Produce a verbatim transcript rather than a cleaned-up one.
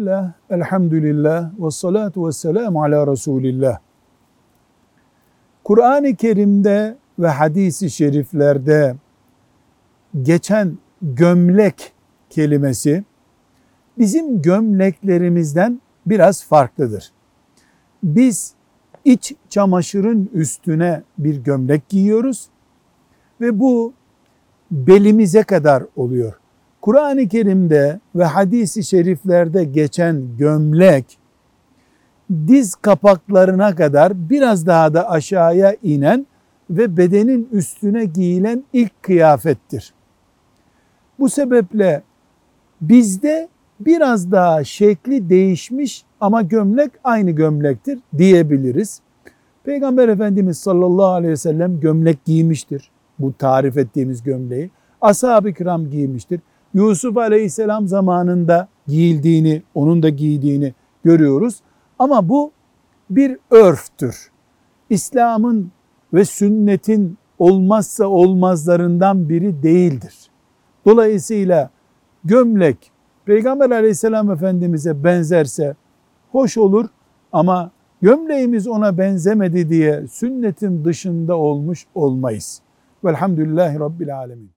Bismillah, elhamdülillah, ve salatu ve selamu ala Resulillah. Kur'an-ı Kerim'de ve hadis-i şeriflerde geçen gömlek kelimesi bizim gömleklerimizden biraz farklıdır. Biz iç çamaşırın üstüne bir gömlek giyiyoruz ve bu belimize kadar oluyor. Kur'an-ı Kerim'de ve hadis-i şeriflerde geçen gömlek diz kapaklarına kadar biraz daha da aşağıya inen ve bedenin üstüne giyilen ilk kıyafettir. Bu sebeple bizde biraz daha şekli değişmiş ama gömlek aynı gömlektir diyebiliriz. Peygamber Efendimiz sallallahu aleyhi ve sellem gömlek giymiştir. Bu tarif ettiğimiz gömleği. Ashab-ı kiram giymiştir. Yusuf aleyhisselam zamanında giyildiğini, onun da giydiğini görüyoruz. Ama bu bir örftür. İslam'ın ve sünnetin olmazsa olmazlarından biri değildir. Dolayısıyla gömlek Peygamber aleyhisselam Efendimiz'e benzerse hoş olur ama gömleğimiz ona benzemedi diye sünnetin dışında olmuş olmayız. Velhamdülillahi Rabbil Alemin.